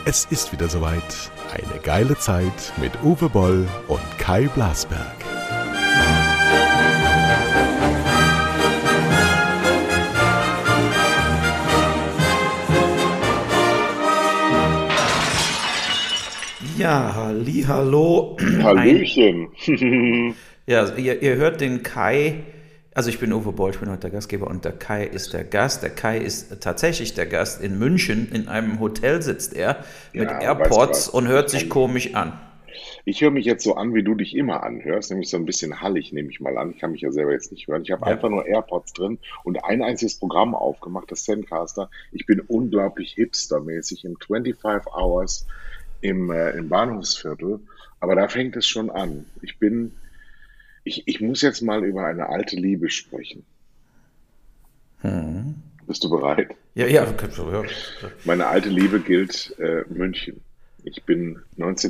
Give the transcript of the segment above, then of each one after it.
Es ist wieder soweit. Eine geile Zeit mit Uwe Boll und Kai Blasberg. Ja, hallihallo. Hallöchen. Ja, ihr hört den Kai. Also ich bin Uwe Boll, ich bin heute der Gastgeber und der Kai ist der Gast. Der Kai ist tatsächlich der Gast in München. In einem Hotel sitzt er mit AirPods und hört sich komisch an. Ich höre mich jetzt so an, wie du dich immer anhörst, nämlich so ein bisschen hallig, nehme ich mal an. Ich kann mich ja selber jetzt nicht hören. Ich habe einfach nur AirPods drin und ein einziges Programm aufgemacht, das Zencaster. Ich bin unglaublich hipstermäßig im 25 Hours im Bahnhofsviertel, aber da fängt es schon an. Ich muss jetzt mal über eine alte Liebe sprechen. Bist du bereit? Ja. Meine alte Liebe gilt München. Ich bin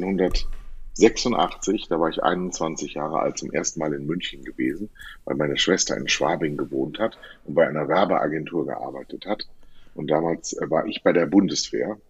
1986, da war ich 21 Jahre alt, zum ersten Mal in München gewesen, weil meine Schwester in Schwabing gewohnt hat und bei einer Werbeagentur gearbeitet hat. Und damals war ich bei der Bundeswehr,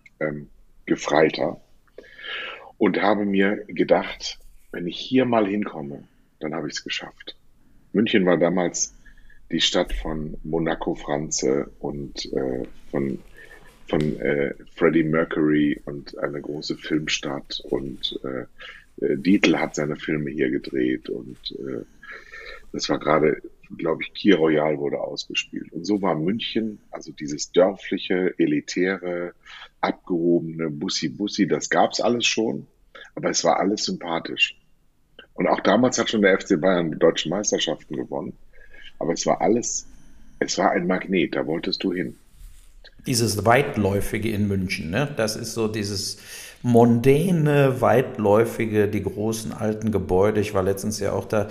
Gefreiter, und habe mir gedacht, wenn ich hier mal hinkomme, dann habe ich es geschafft. München war damals die Stadt von Monaco Franze und von Freddie Mercury und eine große Filmstadt. Und Dietl hat seine Filme hier gedreht. Und das war gerade, glaube ich, Key Royal wurde ausgespielt. Und so war München, also dieses dörfliche, elitäre, abgehobene Bussi-Bussi, das gab es alles schon. Aber es war alles sympathisch. Und auch damals hat schon der FC Bayern die deutschen Meisterschaften gewonnen. Aber es war ein Magnet, da wolltest du hin. Dieses Weitläufige in München, ne? Das ist so dieses mondäne, weitläufige, die großen alten Gebäude. Ich war letztens ja auch da.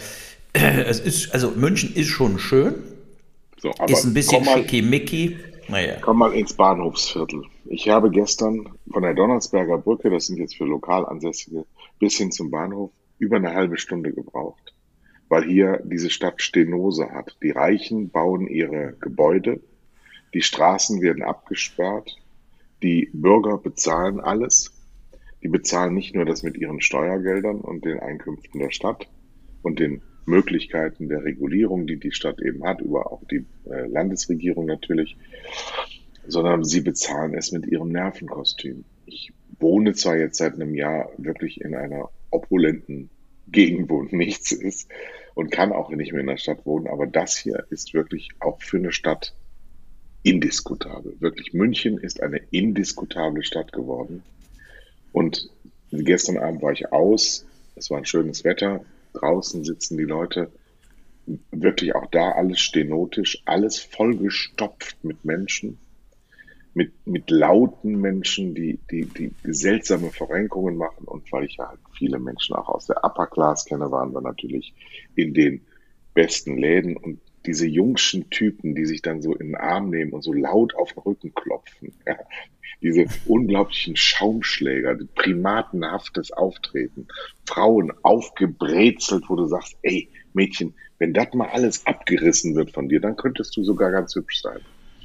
München ist schon schön. So, aber ist ein bisschen schickimicki. Naja. Komm mal ins Bahnhofsviertel. Ich habe gestern von der Donnersberger Brücke, das sind jetzt für Lokalansässige, bis hin zum Bahnhof, über eine halbe Stunde gebraucht, weil hier diese Stadt Stenose hat. Die Reichen bauen ihre Gebäude, die Straßen werden abgesperrt, die Bürger bezahlen alles. Die bezahlen nicht nur das mit ihren Steuergeldern und den Einkünften der Stadt und den Möglichkeiten der Regulierung, die die Stadt eben hat, über auch die Landesregierung natürlich, sondern sie bezahlen es mit ihrem Nervenkostüm. Ich wohne zwar jetzt seit einem Jahr wirklich in einer opulenten Gegend, wo nichts ist und kann auch nicht mehr in der Stadt wohnen, aber das hier ist wirklich auch für eine Stadt indiskutabel. Wirklich, München ist eine indiskutable Stadt geworden. Und gestern Abend war ich aus, es war ein schönes Wetter, draußen sitzen die Leute, wirklich auch da alles stenotisch, alles vollgestopft mit Menschen, mit lauten Menschen, die seltsame Verrenkungen machen. Und weil ich ja halt viele Menschen auch aus der Upper Class kenne, waren wir natürlich in den besten Läden. Und diese jungschen Typen, die sich dann so in den Arm nehmen und so laut auf den Rücken klopfen, ja, diese unglaublichen Schaumschläger, primatenhaftes Auftreten, Frauen aufgebrezelt, wo du sagst, ey, Mädchen, wenn das mal alles abgerissen wird von dir, dann könntest du sogar ganz hübsch sein.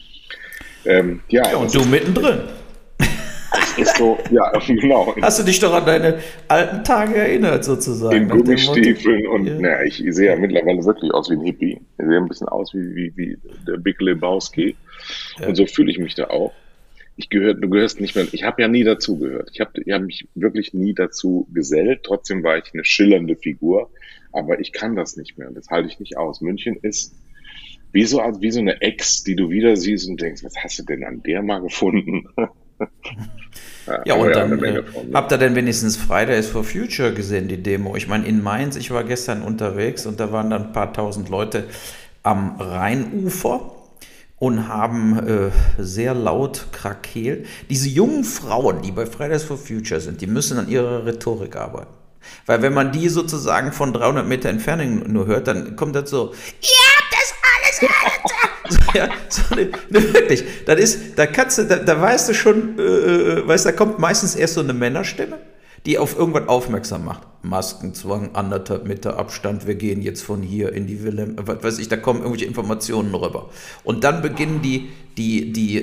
Und du mittendrin. Das ist so, ja, genau. Hast du dich doch an deine alten Tage erinnert, sozusagen? In Gummistiefeln und, ich sehe ja mittlerweile wirklich aus wie ein Hippie. Ich sehe ein bisschen aus wie der Big Lebowski. Ja. Und so fühle ich mich da auch. Du gehörst nicht mehr, ich habe ja nie dazu gehört. Ich habe mich wirklich nie dazu gesellt. Trotzdem war ich eine schillernde Figur. Aber ich kann das nicht mehr. Das halte ich nicht aus. München ist wie so eine Ex, die du wieder siehst und denkst, was hast du denn an der mal gefunden? Ja, und dann habt ihr denn wenigstens Fridays for Future gesehen, die Demo? Ich meine, in Mainz, ich war gestern unterwegs und da waren dann ein paar tausend Leute am Rheinufer und haben sehr laut krakeelt. Diese jungen Frauen, die bei Fridays for Future sind, die müssen an ihrer Rhetorik arbeiten. Weil wenn man die sozusagen von 300 Meter Entfernung nur hört, dann kommt das so, ihr habt das alles wirklich, da weißt du schon, da kommt meistens erst so eine Männerstimme, die auf irgendwas aufmerksam macht. Maskenzwang, 1,5 Meter Abstand, wir gehen jetzt von hier in die Villa, was weiß ich, da kommen irgendwelche Informationen rüber. Und dann beginnen die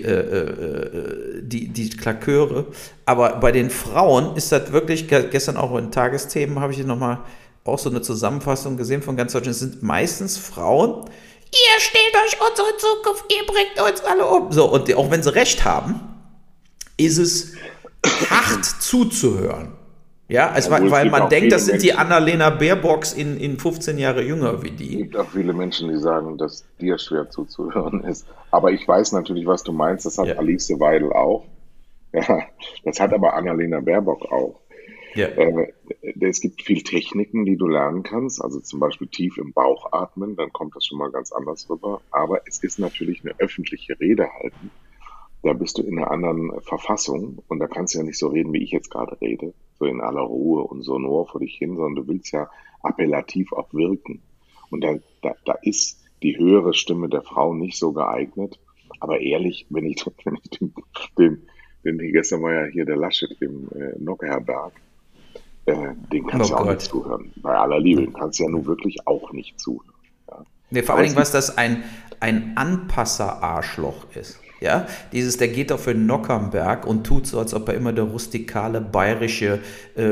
Klaköre. Aber bei den Frauen ist das wirklich, gestern auch in Tagesthemen habe ich nochmal auch so eine Zusammenfassung gesehen von ganz Deutschland, es sind meistens Frauen, ihr stellt euch unsere Zukunft, ihr bringt uns alle um. So, und auch wenn sie recht haben, ist es hart zuzuhören. Ja, weil man denkt, das sind die Annalena Baerbocks in 15 Jahre jünger wie die. Es gibt auch viele Menschen, die sagen, dass dir schwer zuzuhören ist. Aber ich weiß natürlich, was du meinst. Das hat Alice Weidel auch. Ja, das hat aber Annalena Baerbock auch. Ja. Es gibt viel Techniken, die du lernen kannst. Also zum Beispiel tief im Bauch atmen, dann kommt das schon mal ganz anders rüber. Aber es ist natürlich eine öffentliche Rede halten. Da bist du in einer anderen Verfassung und da kannst du ja nicht so reden, wie ich jetzt gerade rede, so in aller Ruhe und sonor vor dich hin, sondern du willst ja appellativ auch wirken. Und da ist die höhere Stimme der Frau nicht so geeignet. Aber ehrlich, wenn ich den gestern war ja hier der Laschet im Nockherberg, den kannst du auch nicht zuhören. Bei aller Liebe, den kannst du ja nun wirklich auch nicht zuhören. Ja. Nee, vor allen Dingen, was das ein Anpasser-Arschloch ist. Ja, der geht auf den Nockernberg und tut so, als ob er immer der rustikale bayerische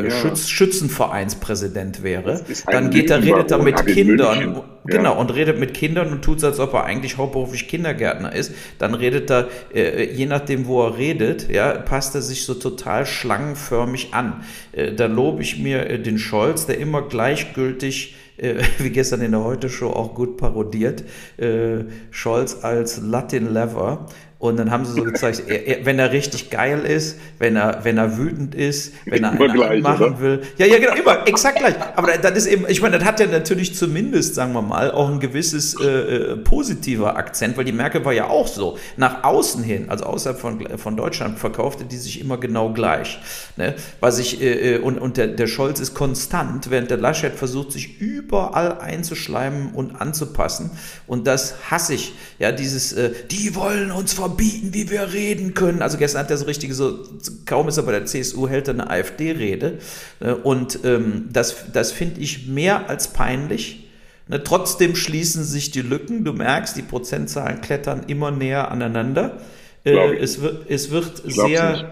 Schützenvereinspräsident wäre. Dann redet er mit Kindern, und redet mit Kindern und tut so, als ob er eigentlich hauptberuflich Kindergärtner ist. Dann redet er, je nachdem, wo er redet, passt er sich so total schlangenförmig an. Da lobe ich mir den Scholz, der immer gleichgültig, wie gestern in der Heute-Show auch gut parodiert, Scholz als Latin Lover. Und dann haben sie so gezeigt, wenn er richtig geil ist, wenn er wütend ist, wenn er einen anmachen will. Ja, genau, immer, exakt gleich. Aber das ist eben, ich meine, das hat ja natürlich zumindest, sagen wir mal, auch ein gewisses positiver Akzent, weil die Merkel war ja auch so. Nach außen hin, also außerhalb von Deutschland, verkaufte die sich immer genau gleich. Ne? Und der Scholz ist konstant, während der Laschet versucht, sich überall einzuschleimen und anzupassen. Und das hasse ich. Ja, die wollen uns verbieten, wie wir reden können. Also gestern hat er so richtige, kaum ist er bei der CSU, hält er eine AfD-Rede. Und das finde ich mehr als peinlich. Trotzdem schließen sich die Lücken. Du merkst, die Prozentzahlen klettern immer näher aneinander. Es wird sehr...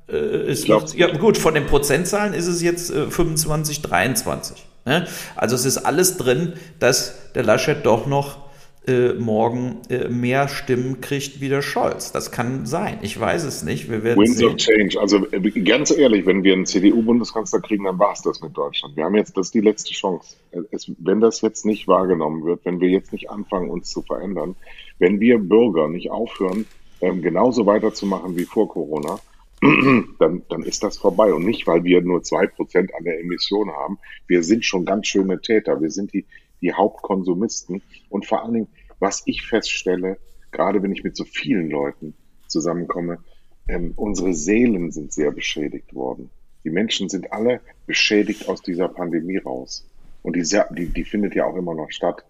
gut, von den Prozentzahlen ist es jetzt 25-23. Ne? Also es ist alles drin, dass der Laschet doch noch morgen mehr Stimmen kriegt wie der Scholz. Das kann sein. Ich weiß es nicht. Wir werden Winds of Change. Also ganz ehrlich, wenn wir einen CDU-Bundeskanzler kriegen, dann war es das mit Deutschland. Wir haben jetzt, das ist die letzte Chance. Wenn das jetzt nicht wahrgenommen wird, wenn wir jetzt nicht anfangen, uns zu verändern, wenn wir Bürger nicht aufhören, genauso weiterzumachen wie vor Corona, dann ist das vorbei. Und nicht, weil wir nur 2% an der Emission haben. Wir sind schon ganz schöne Täter. Wir sind die Hauptkonsumisten. Und vor allen Dingen, was ich feststelle, gerade wenn ich mit so vielen Leuten zusammenkomme, unsere Seelen sind sehr beschädigt worden. Die Menschen sind alle beschädigt aus dieser Pandemie raus. Und die findet ja auch immer noch statt.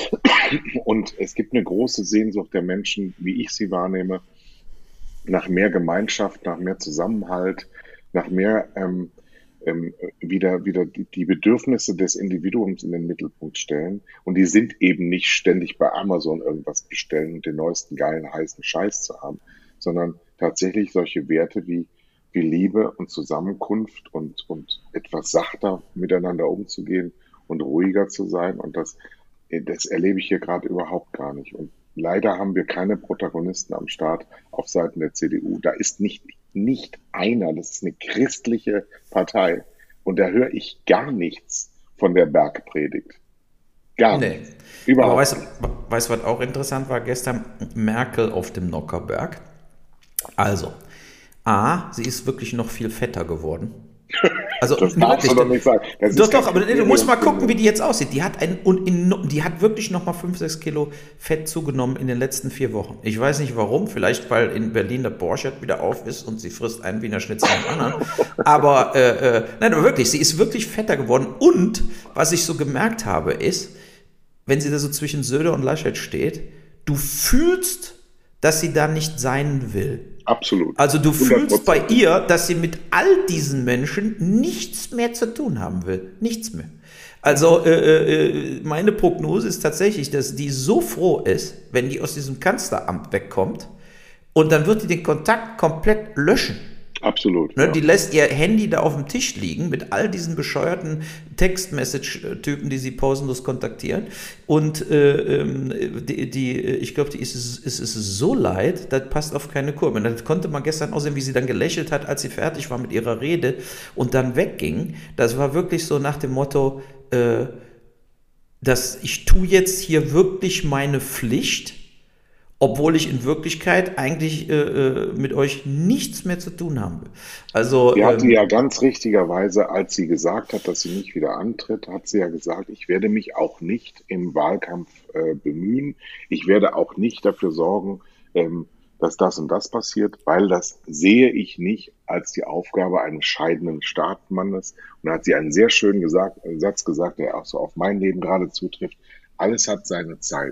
Und es gibt eine große Sehnsucht der Menschen, wie ich sie wahrnehme, nach mehr Gemeinschaft, nach mehr Zusammenhalt, nach mehr wieder die Bedürfnisse des Individuums in den Mittelpunkt stellen. Und die sind eben nicht ständig bei Amazon irgendwas bestellen und den neuesten geilen, heißen Scheiß zu haben, sondern tatsächlich solche Werte wie Liebe und Zusammenkunft und etwas sachter miteinander umzugehen und ruhiger zu sein. Und das erlebe ich hier gerade überhaupt gar nicht. Und leider haben wir keine Protagonisten am Start auf Seiten der CDU. Da ist nicht einer, das ist eine christliche Partei. Und da höre ich gar nichts von der Bergpredigt. Gar nichts. Überhaupt. Aber weißt du, was auch interessant war gestern? Merkel auf dem Nockherberg. Also, sie ist wirklich noch viel fetter geworden. Also, das darfst du doch nicht sagen. Doch, aber du musst mal gucken, wie die jetzt aussieht. Die hat wirklich nochmal 5-6 Kilo Fett zugenommen in den letzten 4 Wochen. Ich weiß nicht warum, vielleicht weil in Berlin der Borchardt wieder auf ist und sie frisst einen Wiener Schnitzel nach dem anderen. Aber, nein, aber wirklich, sie ist wirklich fetter geworden. Und, was ich so gemerkt habe, ist, wenn sie da so zwischen Söder und Laschet steht, du fühlst dass sie da nicht sein will. Absolut. Also du 100%. Fühlst bei ihr, dass sie mit all diesen Menschen nichts mehr zu tun haben will. Nichts mehr. Also meine Prognose ist tatsächlich, dass die so froh ist, wenn die aus diesem Kanzleramt wegkommt und dann wird die den Kontakt komplett löschen. Absolut. Ne, ja. Die lässt ihr Handy da auf dem Tisch liegen mit all diesen bescheuerten Text-Message-Typen, die sie pausenlos kontaktieren. Und ich glaube, die ist es so leid, das passt auf keine Kur. Und das konnte man gestern auch sehen, wie sie dann gelächelt hat, als sie fertig war mit ihrer Rede und dann wegging. Das war wirklich so nach dem Motto, dass ich tue jetzt hier wirklich meine Pflicht, obwohl ich in Wirklichkeit eigentlich mit euch nichts mehr zu tun haben will. Also, sie hatte ja ganz richtigerweise, als sie gesagt hat, dass sie nicht wieder antritt, hat sie ja gesagt, ich werde mich auch nicht im Wahlkampf bemühen. Ich werde auch nicht dafür sorgen, dass das und das passiert, weil das sehe ich nicht als die Aufgabe eines scheidenden Staatsmannes. Und da hat sie einen sehr schönen Satz gesagt, der auch so auf mein Leben gerade zutrifft. Alles hat seine Zeit.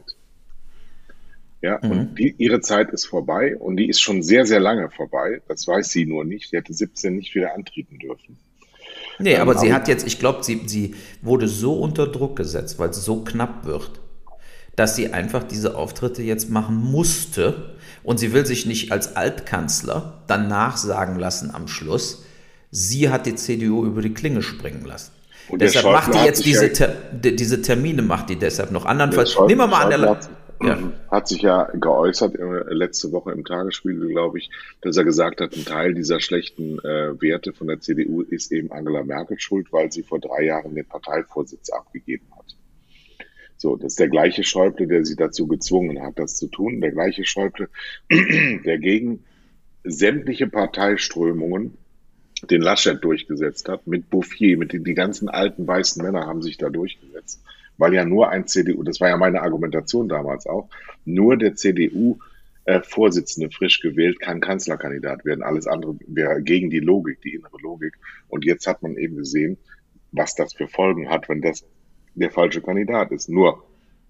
Ja, und ihre Zeit ist vorbei und die ist schon sehr, sehr lange vorbei. Das weiß sie nur nicht. Sie hätte 17 nicht wieder antreten dürfen. Nee, aber sie hat jetzt, ich glaube, sie wurde so unter Druck gesetzt, weil es so knapp wird, dass sie einfach diese Auftritte jetzt machen musste. Und sie will sich nicht als Altkanzler dann nachsagen lassen am Schluss, sie hat die CDU über die Klinge springen lassen. Und deshalb macht die jetzt diese Termine, macht die deshalb noch. Andernfalls, nehmen wir mal an der... Hat sich ja geäußert letzte Woche im Tagesspiegel, glaube ich, dass er gesagt hat, ein Teil dieser schlechten Werte von der CDU ist eben Angela Merkel schuld, weil sie vor 3 Jahren den Parteivorsitz abgegeben hat. So, das ist der gleiche Schäuble, der sie dazu gezwungen hat, das zu tun. Der gleiche Schäuble, der gegen sämtliche Parteiströmungen den Laschet durchgesetzt hat, mit Bouffier, die ganzen alten weißen Männer haben sich da durchgesetzt. Weil ja nur ein CDU, das war ja meine Argumentation damals auch, nur der CDU-Vorsitzende frisch gewählt kann Kanzlerkandidat werden. Alles andere wäre gegen die Logik, die innere Logik. Und jetzt hat man eben gesehen, was das für Folgen hat, wenn das der falsche Kandidat ist. Nur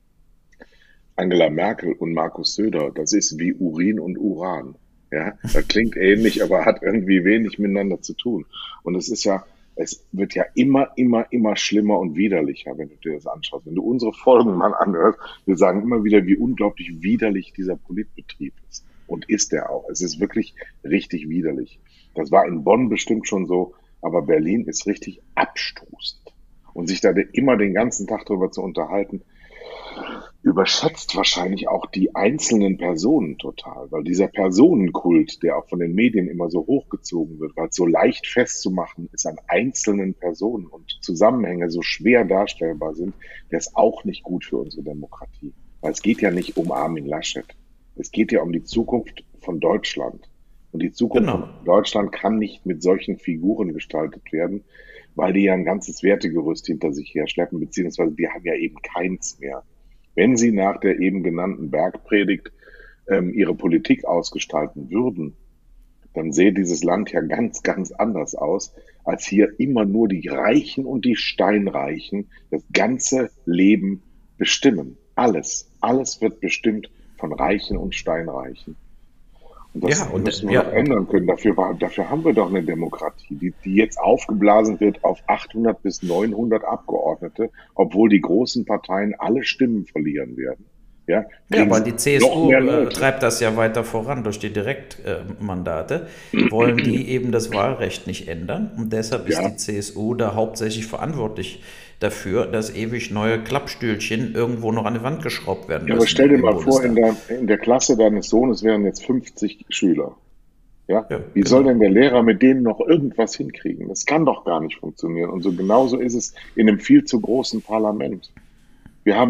Angela Merkel und Markus Söder, das ist wie Urin und Uran. Ja, das klingt ähnlich, aber hat irgendwie wenig miteinander zu tun. Und es wird ja immer schlimmer und widerlicher, wenn du dir das anschaust. Wenn du unsere Folgen mal anhörst, wir sagen immer wieder, wie unglaublich widerlich dieser Politbetrieb ist. Und ist er auch. Es ist wirklich richtig widerlich. Das war in Bonn bestimmt schon so, aber Berlin ist richtig abstoßend. Und sich da immer den ganzen Tag drüber zu unterhalten, überschätzt wahrscheinlich auch die einzelnen Personen total, weil dieser Personenkult, der auch von den Medien immer so hochgezogen wird, weil es so leicht festzumachen ist an einzelnen Personen und Zusammenhänge so schwer darstellbar sind, der ist auch nicht gut für unsere Demokratie. Weil es geht ja nicht um Armin Laschet. Es geht ja um die Zukunft von Deutschland. Und die Zukunft von Deutschland kann nicht mit solchen Figuren gestaltet werden, weil die ja ein ganzes Wertegerüst hinter sich herschleppen, beziehungsweise die haben ja eben keins mehr. Wenn sie nach der eben genannten Bergpredigt ihre Politik ausgestalten würden, dann sähe dieses Land ja ganz, ganz anders aus, als hier immer nur die Reichen und die Steinreichen das ganze Leben bestimmen. Alles wird bestimmt von Reichen und Steinreichen. Und das müssen wir noch ändern können. Dafür haben wir doch eine Demokratie, die jetzt aufgeblasen wird auf 800 bis 900 Abgeordnete, obwohl die großen Parteien alle Stimmen verlieren werden. Ja, weil die CSU treibt das ja weiter voran durch die Direktmandate, wollen die eben das Wahlrecht nicht ändern. Und deshalb ist die CSU da hauptsächlich verantwortlich dafür, dass ewig neue Klappstühlchen irgendwo noch an die Wand geschraubt werden müssen. Ja, aber stell dir mal vor, in der Klasse deines Sohnes wären jetzt 50 Schüler. Ja? Wie soll denn der Lehrer mit denen noch irgendwas hinkriegen? Das kann doch gar nicht funktionieren. Und so genauso ist es in einem viel zu großen Parlament. Wir haben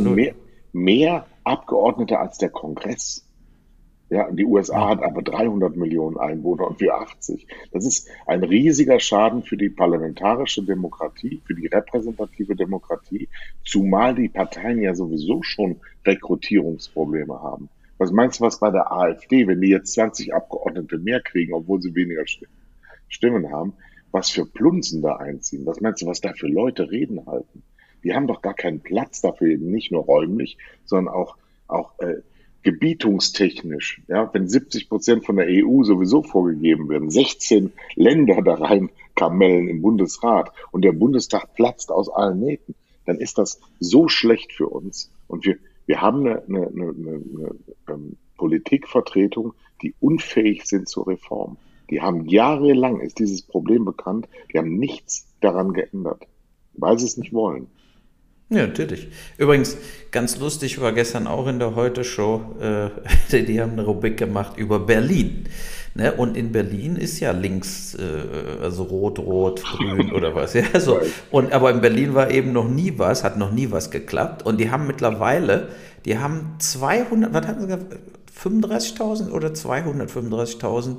mehr Abgeordnete als der Kongress. Ja, die USA hat aber 300 Millionen Einwohner und wir 80. Das ist ein riesiger Schaden für die parlamentarische Demokratie, für die repräsentative Demokratie, zumal die Parteien ja sowieso schon Rekrutierungsprobleme haben. Was meinst du, was bei der AfD, wenn die jetzt 20 Abgeordnete mehr kriegen, obwohl sie weniger Stimmen haben, was für Plunzen da einziehen? Was meinst du, was da für Leute Reden halten? Die haben doch gar keinen Platz dafür, eben nicht nur räumlich, sondern auch gebietungstechnisch, ja, wenn 70% von der EU sowieso vorgegeben werden, 16 Länder da rein kamellen im Bundesrat und der Bundestag platzt aus allen Nähten, dann ist das so schlecht für uns. Und wir haben eine Politikvertretung, die unfähig sind zur Reform. Die haben jahrelang, ist dieses Problem bekannt, die haben nichts daran geändert, weil sie es nicht wollen. Ja, natürlich. Übrigens, ganz lustig war gestern auch in der Heute-Show, die haben eine Rubrik gemacht über Berlin. Ne? Und in Berlin ist ja links, also rot, grün oder was. Ja, so. Aber in Berlin war eben noch nie was, hat noch nie was geklappt. Und die haben mittlerweile, 200, was hatten sie gesagt, 35.000 oder 235.000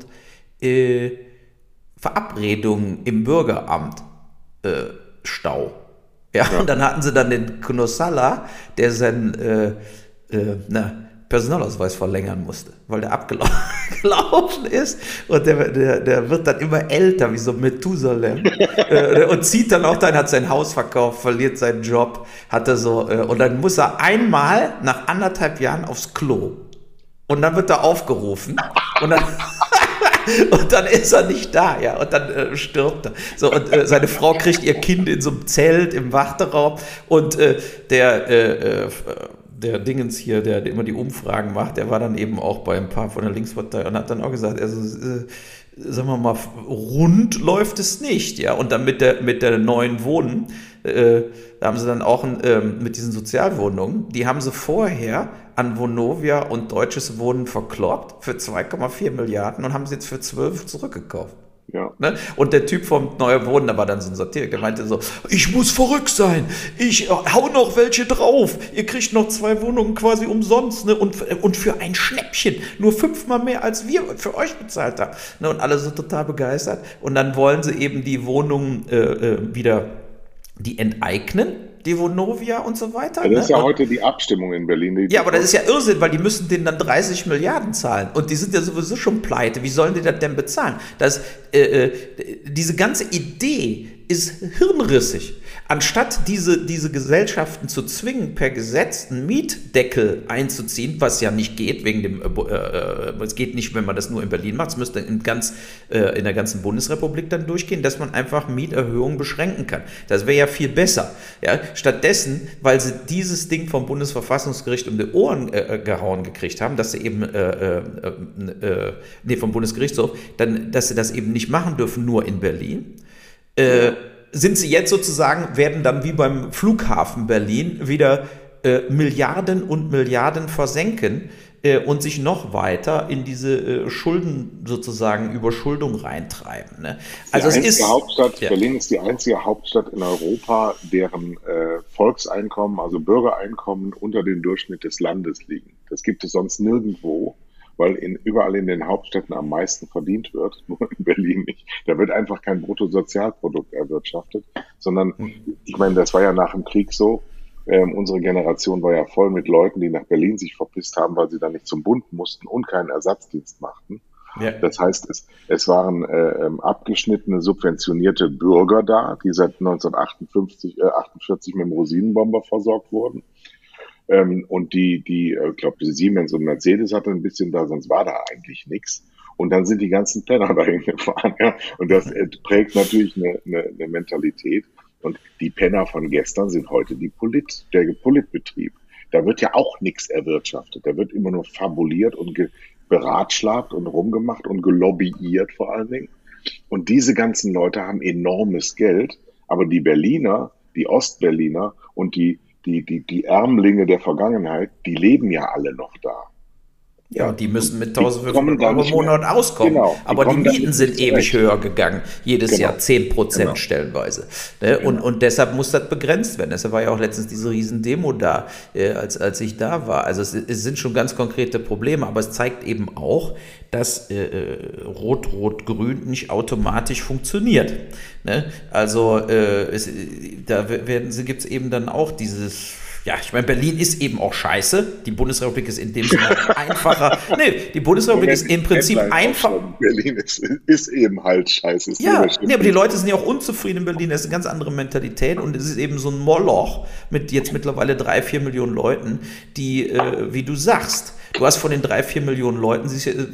Verabredungen im Bürgeramt Stau. Ja, und dann hatten sie dann den Knossalla, der seinen Personalausweis verlängern musste, weil der abgelaufen ist und der wird dann immer älter, wie so Methusalem und zieht dann auch hat sein Haus verkauft, verliert seinen Job, und dann muss er einmal nach 1,5 Jahren aufs Klo und dann wird er aufgerufen und dann und dann ist er nicht da, ja, und dann stirbt er. So, und seine Frau kriegt ihr Kind in so einem Zelt im Warteraum und der Dingens hier, der immer die Umfragen macht, der war dann eben auch bei ein paar von der Linkspartei und hat dann auch gesagt, also sagen wir mal, rund läuft es nicht, ja, und dann mit der neuen Wohnen, da haben sie dann auch mit diesen Sozialwohnungen, die haben sie vorher an Vonovia und Deutsches Wohnen verkloppt für 2,4 Milliarden und haben sie jetzt für 12 zurückgekauft. Ja. Ne? Und der Typ vom Neue Wohnen, da war dann so ein Satiriker, der meinte so, ich muss verrückt sein, ich hau noch welche drauf, ihr kriegt noch 2 Wohnungen quasi umsonst, ne? Und für ein Schnäppchen, nur 5-mal mehr als wir für euch bezahlt haben. Ne? Und alle so total begeistert. Und dann wollen sie eben die Wohnungen wieder die enteignen, die Vonovia und so weiter. Ja, das ist ja heute die Abstimmung in Berlin. Ja, aber das ist ja Irrsinn, weil die müssen denen dann 30 Milliarden zahlen. Und die sind ja sowieso schon pleite. Wie sollen die das denn bezahlen? Diese ganze Idee ist hirnrissig. Anstatt diese Gesellschaften zu zwingen, per Gesetz einen Mietdeckel einzuziehen, was ja nicht geht, wegen dem, es geht nicht, wenn man das nur in Berlin macht, es müsste in der ganzen Bundesrepublik dann durchgehen, dass man einfach Mieterhöhungen beschränken kann. Das wäre ja viel besser. Ja? Stattdessen, weil sie dieses Ding vom Bundesverfassungsgericht um die Ohren gehauen gekriegt haben, dass sie eben, vom Bundesgerichtshof, dann, dass sie das eben nicht machen dürfen, nur in Berlin, sind sie jetzt sozusagen, werden dann wie beim Flughafen Berlin wieder Milliarden und Milliarden versenken und sich noch weiter in diese Überschuldung reintreiben. Ne? Also Berlin ist die einzige Hauptstadt in Europa, deren Volkseinkommen, also Bürgereinkommen unter dem Durchschnitt des Landes liegen. Das gibt es sonst nirgendwo, weil überall in den Hauptstädten am meisten verdient wird, nur in Berlin nicht. Da wird einfach kein Bruttosozialprodukt erwirtschaftet, sondern, ich meine, das war ja nach dem Krieg so, unsere Generation war ja voll mit Leuten, die nach Berlin sich verpisst haben, weil sie dann nicht zum Bund mussten und keinen Ersatzdienst machten. Ja. Das heißt, es waren abgeschnittene, subventionierte Bürger da, die seit 1948 mit dem Rosinenbomber versorgt wurden. Und ich glaube, die Siemens und Mercedes hatte ein bisschen da, sonst war da eigentlich nichts. Und dann sind die ganzen Penner dahin gefahren. Ja? Und das prägt natürlich eine Mentalität. Und die Penner von gestern sind heute der Politbetrieb. Da wird ja auch nichts erwirtschaftet. Da wird immer nur fabuliert und beratschlagt und rumgemacht und gelobbyiert vor allen Dingen. Und diese ganzen Leute haben enormes Geld. Aber die Berliner, die Ostberliner und die Ärmlinge der Vergangenheit, die leben ja alle noch da. Ja, und die müssen mit 1.500 Euro im Monat auskommen. Genau, aber die Mieten sind ewig höher gegangen. Jedes Jahr 10% stellenweise. Ne? Genau. Und deshalb muss das begrenzt werden. Deshalb war ja auch letztens diese Riesendemo da, als ich da war. Also es sind schon ganz konkrete Probleme, aber es zeigt eben auch, dass Rot-Rot-Grün nicht automatisch funktioniert. Ne? Also da gibt es eben dann auch dieses Ja, ich meine, Berlin ist eben auch scheiße. Die Bundesrepublik ist in dem Sinne einfacher. Nee, die Bundesrepublik ist im Prinzip einfach. Berlin ist eben halt scheiße. Ja, nee, aber die Leute sind ja auch unzufrieden in Berlin. Das ist eine ganz andere Mentalität und es ist eben so ein Moloch mit jetzt mittlerweile 3-4 Millionen Leuten, die, wie du sagst, du hast von den 3-4 Millionen Leuten,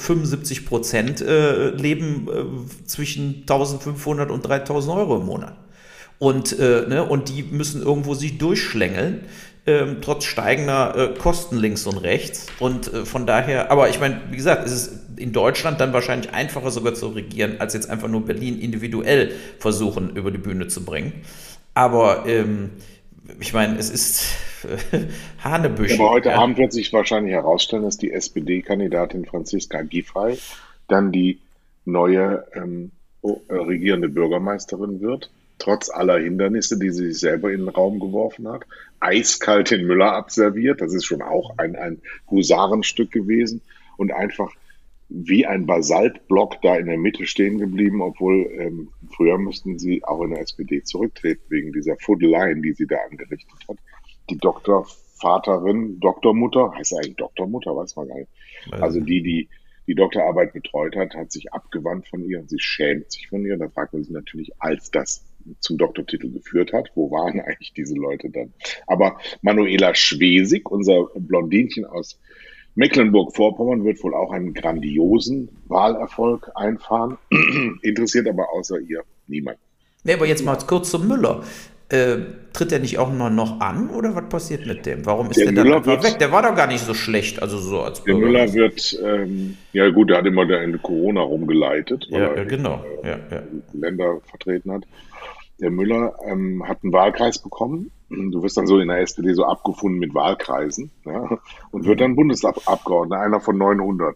75% leben zwischen 1.500 und 3.000 Euro im Monat. Und die müssen irgendwo sich durchschlängeln, trotz steigender Kosten links und rechts. Und von daher, aber ich meine, wie gesagt, es ist in Deutschland dann wahrscheinlich einfacher sogar zu regieren, als jetzt einfach nur Berlin individuell versuchen, über die Bühne zu bringen. Aber ich meine, es ist Hanebüchen. Aber heute Abend wird sich wahrscheinlich herausstellen, dass die SPD-Kandidatin Franziska Giffey dann die neue regierende Bürgermeisterin wird. Trotz aller Hindernisse, die sie sich selber in den Raum geworfen hat, eiskalt den Müller abserviert, das ist schon auch ein Husarenstück gewesen und einfach wie ein Basaltblock da in der Mitte stehen geblieben, obwohl früher müssten sie auch in der SPD zurücktreten, wegen dieser Fuddeleien, die sie da angerichtet hat. Die Doktorvaterin, Doktormutter, heißt eigentlich Doktormutter, weiß man gar nicht. Also die Doktorarbeit betreut hat sich abgewandt von ihr und sie schämt sich von ihr. Da fragt man sich natürlich, als das zum Doktortitel geführt hat, wo waren eigentlich diese Leute dann? Aber Manuela Schwesig, unser Blondinchen aus Mecklenburg-Vorpommern, wird wohl auch einen grandiosen Wahlerfolg einfahren. Interessiert aber außer ihr niemand. Nee, aber jetzt mal kurz zum Müller. Tritt er nicht auch noch an oder was passiert mit dem? Warum ist der dann einfach weg? Der war doch gar nicht so schlecht, also so als Bürger. Der Müller wird, ja gut, der hat immer da in Corona rumgeleitet, weil er genau. Länder vertreten hat. Der Müller hat einen Wahlkreis bekommen. Du wirst dann so in der SPD so abgefunden mit Wahlkreisen, ja, und wird dann Bundesabgeordneter, einer von 900.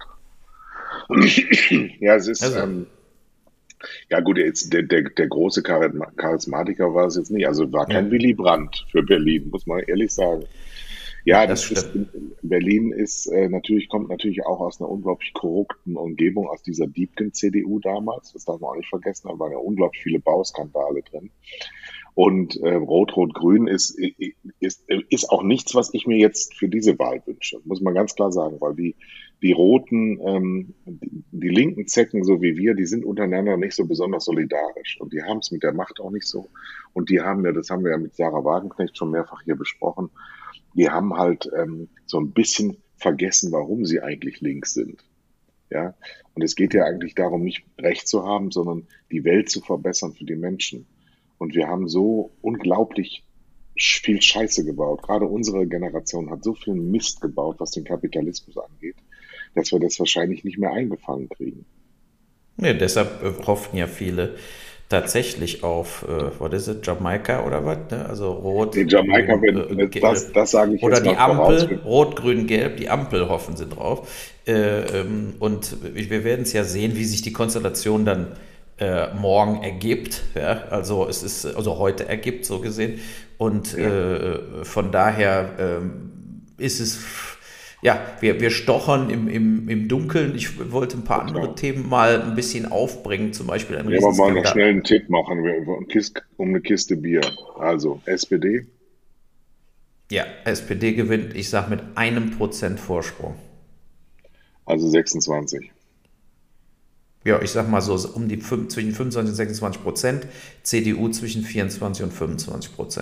Ja, es ist... ja gut, jetzt der große Charismatiker war es jetzt nicht. Also war kein Willy Brandt für Berlin, muss man ehrlich sagen. Ja, Berlin ist kommt natürlich auch aus einer unglaublich korrupten Umgebung, aus dieser Diebken-CDU damals. Das darf man auch nicht vergessen, da waren ja unglaublich viele Bauskandale drin. Und Rot-Rot-Grün ist auch nichts, was ich mir jetzt für diese Wahl wünsche, muss man ganz klar sagen, weil die Roten, die linken Zecken, so wie wir, die sind untereinander nicht so besonders solidarisch und die haben es mit der Macht auch nicht so. Und die haben ja, das haben wir ja mit Sarah Wagenknecht schon mehrfach hier besprochen, die haben halt so ein bisschen vergessen, warum sie eigentlich links sind. Ja, und es geht ja eigentlich darum, nicht Recht zu haben, sondern die Welt zu verbessern für die Menschen. Und wir haben so unglaublich viel Scheiße gebaut. Gerade unsere Generation hat so viel Mist gebaut, was den Kapitalismus angeht, dass wir das wahrscheinlich nicht mehr eingefangen kriegen. Nee, deshalb hofften ja viele tatsächlich auf, was ist es, Jamaika oder was? Ne? Also rot, Jamaika, das sage ich oder jetzt die mal Ampel, voraus. rot, grün, gelb, die Ampel hoffen sie drauf. Und wir werden es ja sehen, wie sich die Konstellation dann morgen ergibt, ja, also heute ergibt, so gesehen. Und von daher ist es, ja, wir stochern im Dunkeln. Ich wollte ein paar andere Themen mal ein bisschen aufbringen, zum Beispiel ein Riesenskandal. Ja, aber mal noch schnell einen Tipp machen, um eine Kiste Bier. Also, SPD? Ja, SPD gewinnt, ich sag mit 1% Vorsprung. Also 26. Ja, ich sag mal so, zwischen 25 und 26%, CDU zwischen 24 und 25%.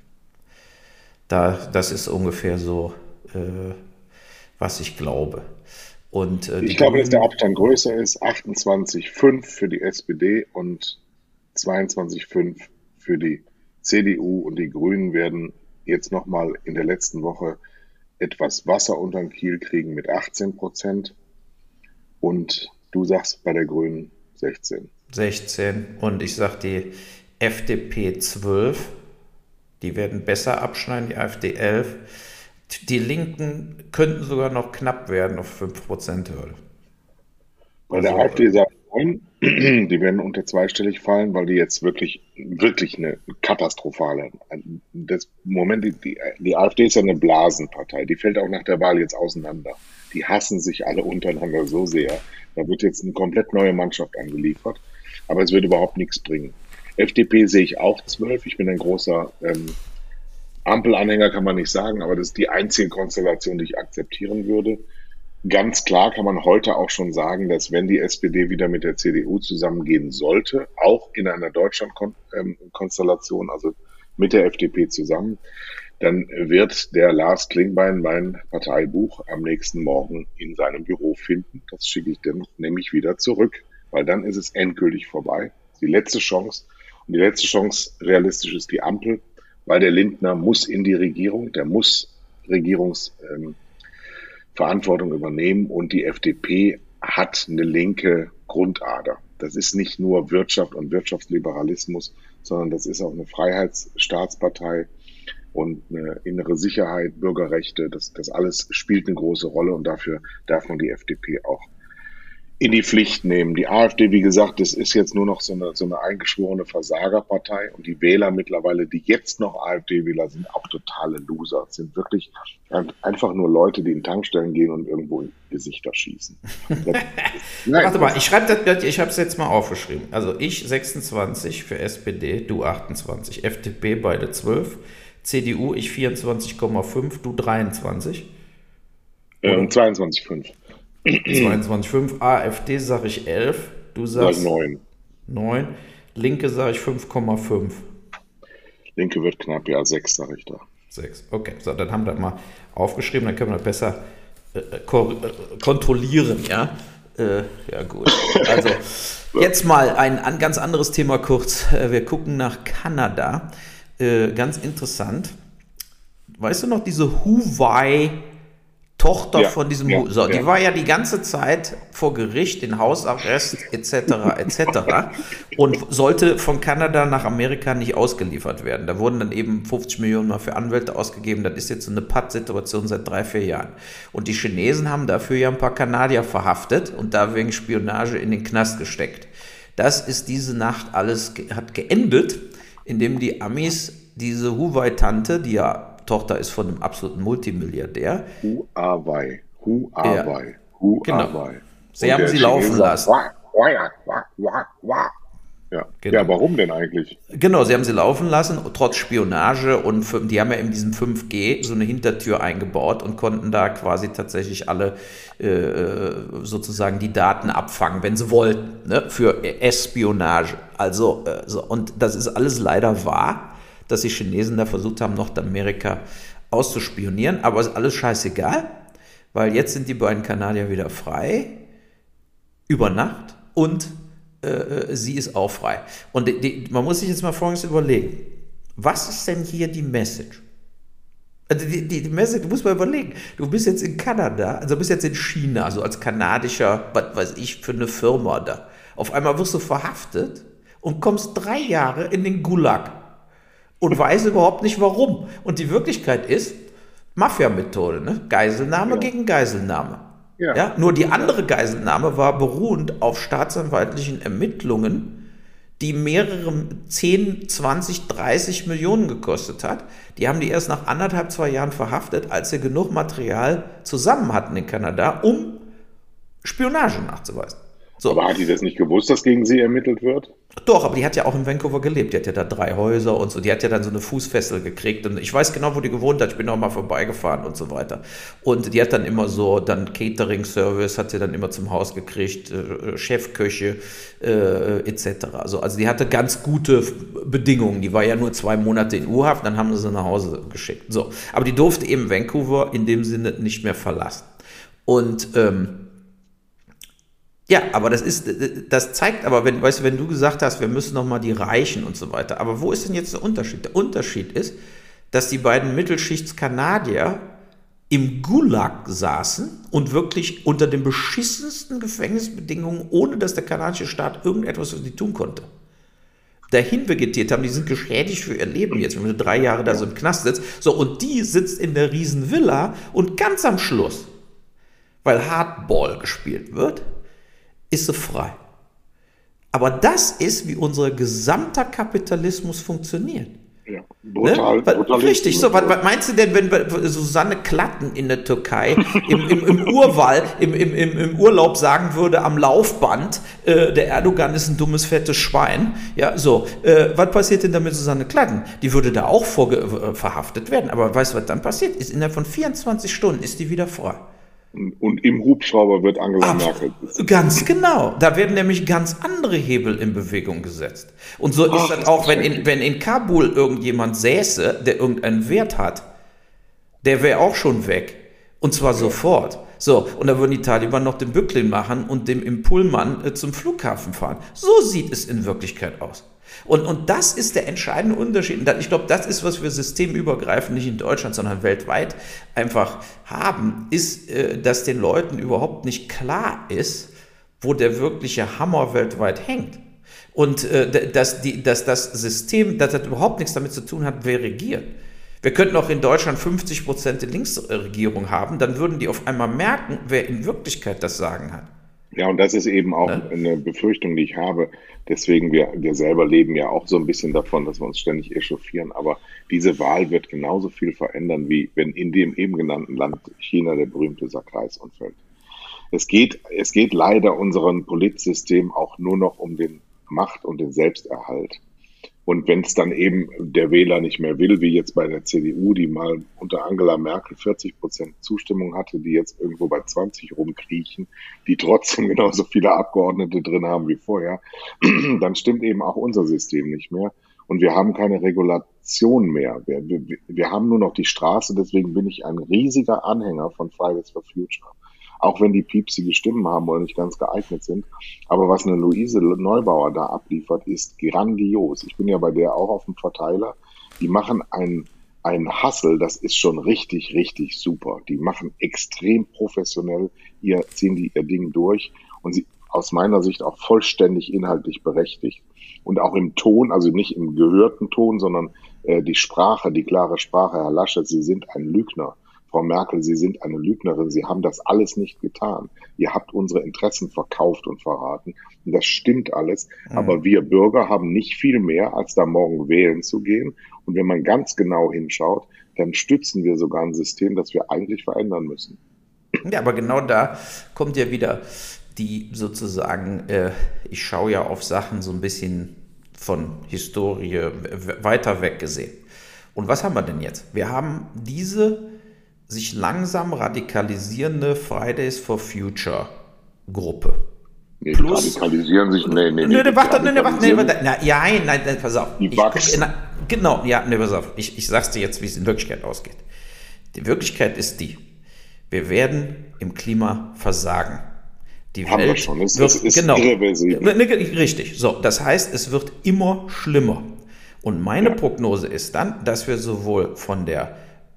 Das ist ungefähr so, was ich glaube. Und, ich glaube, dass der Abstand größer ist, 28,5 für die SPD und 22,5 für die CDU. Und die Grünen werden jetzt nochmal in der letzten Woche etwas Wasser unter den Kiel kriegen mit 18%. Und du sagst bei der Grünen 16. 16 und ich sag die FDP 12. Die werden besser abschneiden, die AfD 11. Die Linken könnten sogar noch knapp werden auf 5%-Hürde. Bei der AfD sagen 9, die werden unter zweistellig fallen, weil die jetzt wirklich eine katastrophale. Die AfD ist ja eine Blasenpartei, die fällt auch nach der Wahl jetzt auseinander. Die hassen sich alle untereinander so sehr. Da wird jetzt eine komplett neue Mannschaft angeliefert, aber es wird überhaupt nichts bringen. FDP sehe ich auch 12. Ich bin ein großer Ampelanhänger kann man nicht sagen, aber das ist die einzige Konstellation, die ich akzeptieren würde. Ganz klar kann man heute auch schon sagen, dass wenn die SPD wieder mit der CDU zusammengehen sollte, auch in einer Deutschland-Konstellation, also mit der FDP zusammen, dann wird der Lars Klingbeil mein Parteibuch am nächsten Morgen in seinem Büro finden. Das schicke ich dann nämlich wieder zurück, weil dann ist es endgültig vorbei. Die letzte Chance. Und die letzte Chance realistisch ist die Ampel, weil der Lindner muss in die Regierung, der muss Regierungsverantwortung übernehmen und die FDP hat eine linke Grundader. Das ist nicht nur Wirtschaft und Wirtschaftsliberalismus, sondern das ist auch eine Freiheitsstaatspartei und eine innere Sicherheit, Bürgerrechte. Das alles spielt eine große Rolle und dafür darf man die FDP auch in die Pflicht nehmen. Die AfD, wie gesagt, das ist jetzt nur noch so eine eingeschworene Versagerpartei und die Wähler mittlerweile, die jetzt noch AfD-Wähler sind, auch totale Loser. Das sind wirklich einfach nur Leute, die in Tankstellen gehen und irgendwo in Gesichter schießen. Warte mal, ich habe es jetzt mal aufgeschrieben. Also ich 26 für SPD, du 28, FDP beide 12, CDU ich 24,5, du 23. 22,5. 22,5, AfD sage ich 11, du sagst 9. Linke sage ich 5,5. Linke wird knapp, ja, 6 sage ich da. 6, okay, so, dann haben wir das mal aufgeschrieben, dann können wir das besser kontrollieren, ja? Ja gut, also jetzt mal ein ganz anderes Thema kurz, wir gucken nach Kanada, ganz interessant, weißt du noch, diese Huawei Tochter von diesem, die war ja die ganze Zeit vor Gericht in Hausarrest etc. und sollte von Kanada nach Amerika nicht ausgeliefert werden. Da wurden dann eben 50 Millionen mal für Anwälte ausgegeben. Das ist jetzt so eine Pattsituation seit 3-4 Jahren. Und die Chinesen haben dafür ja ein paar Kanadier verhaftet und da wegen Spionage in den Knast gesteckt. Das ist diese Nacht alles, hat geendet, indem die Amis diese Huawei-Tante, die ja Tochter ist von einem absoluten Multimilliardär. Huawei. Genau. Sie haben sie laufen lassen. Ja. Genau. Ja, warum denn eigentlich? Genau, sie haben sie laufen lassen, trotz Spionage und die haben ja in diesem 5G so eine Hintertür eingebaut und konnten da quasi tatsächlich alle sozusagen die Daten abfangen, wenn sie wollten, ne, für Espionage. Also, und das ist alles leider wahr, dass die Chinesen da versucht haben, Nordamerika auszuspionieren, aber ist alles scheißegal, weil jetzt sind die beiden Kanadier wieder frei, über Nacht, und sie ist auch frei. Und man muss sich jetzt mal Folgendes überlegen, was ist denn hier die Message? Also die Message, du musst mal überlegen, du bist jetzt in Kanada, also bist jetzt in China, also als kanadischer, was weiß ich, für eine Firma da. Auf einmal wirst du verhaftet und kommst 3 Jahre in den Gulag. Und weiß überhaupt nicht warum. Und die Wirklichkeit ist Mafia-Methode, ne? Geiselnahme gegen Geiselnahme. Ja. Nur die andere Geiselnahme war beruhend auf staatsanwaltlichen Ermittlungen, die mehrere 10, 20, 30 Millionen gekostet hat. Die haben die erst nach 1,5, 2 Jahren verhaftet, als sie genug Material zusammen hatten in Kanada, um Spionage nachzuweisen. So. Aber hat die das nicht gewusst, dass gegen sie ermittelt wird? Doch, aber die hat ja auch in Vancouver gelebt. Die hat ja da 3 Häuser und so. Die hat ja dann so eine Fußfessel gekriegt. Und ich weiß genau, wo die gewohnt hat. Ich bin auch mal vorbeigefahren und so weiter. Und die hat dann immer so, dann Catering-Service hat sie dann immer zum Haus gekriegt, Chefköche etc. Also die hatte ganz gute Bedingungen. Die war ja nur 2 Monate in U-Haft, dann haben sie nach Hause geschickt. So. Aber die durfte eben Vancouver in dem Sinne nicht mehr verlassen. Und ja, aber das zeigt aber, wenn du gesagt hast, wir müssen noch mal die Reichen und so weiter, aber wo ist denn jetzt der Unterschied? Der Unterschied ist, dass die beiden Mittelschichts-Kanadier im Gulag saßen und wirklich unter den beschissensten Gefängnisbedingungen, ohne dass der kanadische Staat irgendetwas für sie tun konnte, dahin vegetiert haben. Die sind geschädigt für ihr Leben jetzt, wenn man 3 Jahre da so im Knast sitzt. So, und die sitzt in der Riesenvilla und ganz am Schluss, weil Hardball gespielt wird, ist sie frei. Aber das ist, wie unser gesamter Kapitalismus funktioniert. Ja, brutal. Richtig, so, was meinst du denn, wenn Susanne Klatten in der Türkei im Urwald, im Urlaub sagen würde, am Laufband, der Erdogan ist ein dummes, fettes Schwein, ja, so, was passiert denn da mit Susanne Klatten? Die würde da auch verhaftet werden, aber weißt du, was dann passiert? Ist innerhalb von 24 Stunden ist die wieder frei. Und im Hubschrauber wird Angela Merkel. Ganz genau. Da werden nämlich ganz andere Hebel in Bewegung gesetzt. Und so ist das auch, wenn in Kabul irgendjemand säße, der irgendeinen Wert hat, der wäre auch schon weg. Und zwar sofort. So, und da würden die Taliban noch den Bücklin machen und dem im Pullman zum Flughafen fahren. So sieht es in Wirklichkeit aus. Und das ist der entscheidende Unterschied. Ich glaube, das ist, was wir systemübergreifend nicht in Deutschland, sondern weltweit einfach haben, ist, dass den Leuten überhaupt nicht klar ist, wo der wirkliche Hammer weltweit hängt. Und dass das System, dass das überhaupt nichts damit zu tun hat, wer regiert. Wir könnten auch in Deutschland 50% Linksregierung haben, dann würden die auf einmal merken, wer in Wirklichkeit das Sagen hat. Ja, und das ist eben auch eine Befürchtung, die ich habe. Deswegen, wir selber leben ja auch so ein bisschen davon, dass wir uns ständig echauffieren. Aber diese Wahl wird genauso viel verändern, wie wenn in dem eben genannten Land China der berühmte Sackreis umfällt. Es geht leider unserem Politsystem auch nur noch um den Macht- und den Selbsterhalt. Und wenn es dann eben der Wähler nicht mehr will, wie jetzt bei der CDU, die mal unter Angela Merkel 40% Zustimmung hatte, die jetzt irgendwo bei 20 rumkriechen, die trotzdem genauso viele Abgeordnete drin haben wie vorher, dann stimmt eben auch unser System nicht mehr. Und wir haben keine Regulation mehr. Wir haben nur noch die Straße, deswegen bin ich ein riesiger Anhänger von Fridays for Future. Auch wenn die piepsige Stimmen haben oder nicht ganz geeignet sind. Aber was eine Luise Neubauer da abliefert, ist grandios. Ich bin ja bei der auch auf dem Verteiler. Die machen ein Hustle, das ist schon richtig, richtig super. Die machen extrem professionell, ziehen die ihr Ding durch und sie aus meiner Sicht auch vollständig inhaltlich berechtigt. Und auch im Ton, also nicht im gehörten Ton, sondern die Sprache, die klare Sprache. Herr Laschet, Sie sind ein Lügner. Frau Merkel, Sie sind eine Lügnerin, Sie haben das alles nicht getan. Ihr habt unsere Interessen verkauft und verraten. Und das stimmt alles. Aber wir Bürger haben nicht viel mehr, als da morgen wählen zu gehen. Und wenn man ganz genau hinschaut, dann stützen wir sogar ein System, das wir eigentlich verändern müssen. Ja, aber genau da kommt ja wieder die sozusagen, ich schaue ja auf Sachen so ein bisschen von Historie weiter weg gesehen. Und was haben wir denn jetzt? Wir haben diese sich langsam radikalisierende Fridays for Future Gruppe. Nee, plus, radikalieren sich, nein, pass auf. Die wachsen. Pass auf. Ich sag's dir jetzt, wie es in Wirklichkeit ausgeht. Die Wirklichkeit ist die, wir werden im Klima versagen. Die haben Welt wir schon, es ist irreversibel. Richtig, so, das heißt, es wird immer schlimmer. Und meine Prognose ist dann, dass wir sowohl von der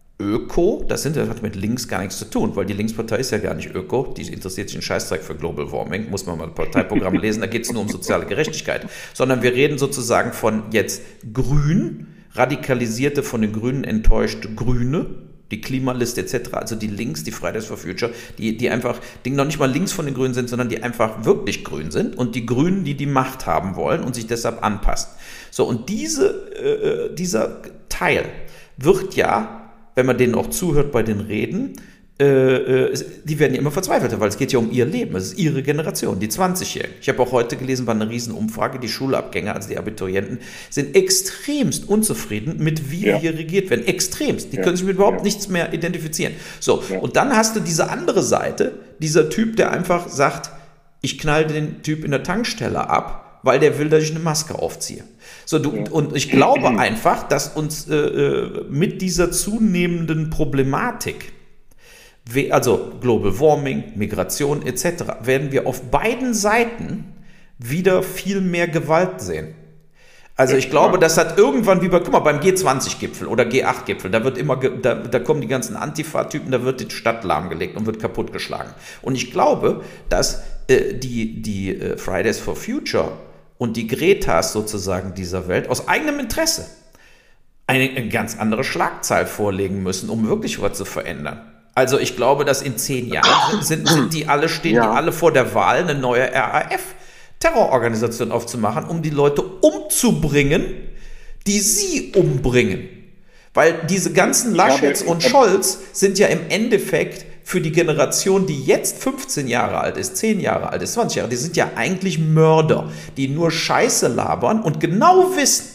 das hat mit links gar nichts zu tun, weil die Linkspartei ist ja gar nicht Öko, die interessiert sich einen Scheißdreck für Global Warming, muss man mal ein Parteiprogramm lesen, da geht es nur um soziale Gerechtigkeit, sondern wir reden sozusagen von jetzt Grün, radikalisierte, von den Grünen enttäuschte Grüne, die Klimaliste etc., also die Links, die Fridays for Future, die einfach, die noch nicht mal links von den Grünen sind, sondern die einfach wirklich grün sind und die Grünen, die Macht haben wollen und sich deshalb anpassen. So, und dieser Teil wird ja, wenn man denen auch zuhört bei den Reden, die werden ja immer verzweifelter, weil es geht ja um ihr Leben, es ist ihre Generation, die 20-Jährigen. Ich habe auch heute gelesen, war eine Riesenumfrage, die Schulabgänger, also die Abiturienten, sind extremst unzufrieden mit, wie wir hier regiert werden. Extremst. Die können sich mit überhaupt nichts mehr identifizieren. So, und dann hast du diese andere Seite, dieser Typ, der einfach sagt, ich knall den Typ in der Tankstelle ab, weil der will, dass ich eine Maske aufziehe. So, und ich glaube einfach, dass uns mit dieser zunehmenden Problematik, also Global Warming, Migration etc., werden wir auf beiden Seiten wieder viel mehr Gewalt sehen. Also ich glaube, das hat irgendwann guck mal, beim G20-Gipfel oder G8-Gipfel, da kommen die ganzen Antifa-Typen, da wird die Stadt lahmgelegt und wird kaputtgeschlagen. Und ich glaube, dass die Fridays for Future und die Gretas sozusagen dieser Welt aus eigenem Interesse eine ganz andere Schlagzahl vorlegen müssen, um wirklich was zu verändern. Also ich glaube, dass in 10 Jahren stehen die alle vor der Wahl, eine neue RAF-Terrororganisation aufzumachen, um die Leute umzubringen, die Sie umbringen. Weil diese ganzen Laschets und Scholz sind ja im Endeffekt für die Generation, die jetzt 15 Jahre alt ist, 10 Jahre alt ist, 20 Jahre, die sind ja eigentlich Mörder, die nur Scheiße labern und genau wissen,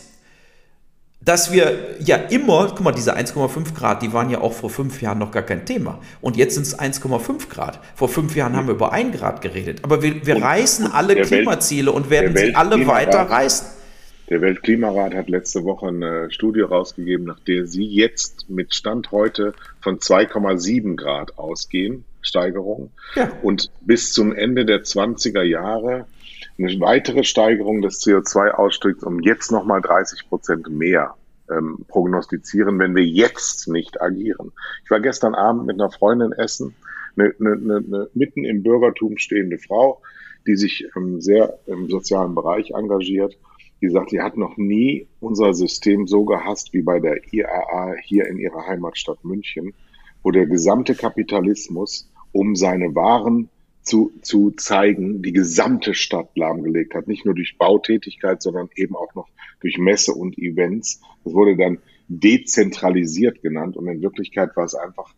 dass wir ja immer, guck mal, diese 1,5 Grad, die waren ja auch vor 5 Jahren noch gar kein Thema. Und jetzt sind es 1,5 Grad. Vor 5 Jahren haben wir über 1 Grad geredet. Aber wir reißen alle Klimaziele und werden sie alle weiter reißen. Der Weltklimarat hat letzte Woche eine Studie rausgegeben, nach der sie jetzt mit Stand heute von 2,7 Grad ausgehen, Steigerung. Ja. Und bis zum Ende der 20er Jahre eine weitere Steigerung des CO2-Ausstiegs um jetzt nochmal 30% mehr prognostizieren, wenn wir jetzt nicht agieren. Ich war gestern Abend mit einer Freundin essen, eine mitten im Bürgertum stehende Frau, die sich sehr im sozialen Bereich engagiert. Die sagt, sie hat noch nie unser System so gehasst wie bei der IAA hier in ihrer Heimatstadt München, wo der gesamte Kapitalismus, um seine Waren zu zeigen, die gesamte Stadt lahmgelegt hat. Nicht nur durch Bautätigkeit, sondern eben auch noch durch Messe und Events. Das wurde dann dezentralisiert genannt und in Wirklichkeit war es einfach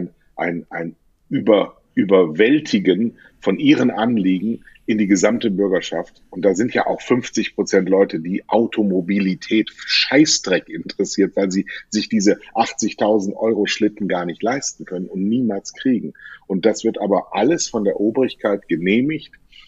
ein Überwältigen von ihren Anliegen in die gesamte Bürgerschaft. Und da sind ja auch 50% Leute, die Automobilität Scheißdreck interessiert, weil sie sich diese 80.000 Euro Schlitten gar nicht leisten können und niemals kriegen. Und das wird aber alles von der Obrigkeit genehmigt.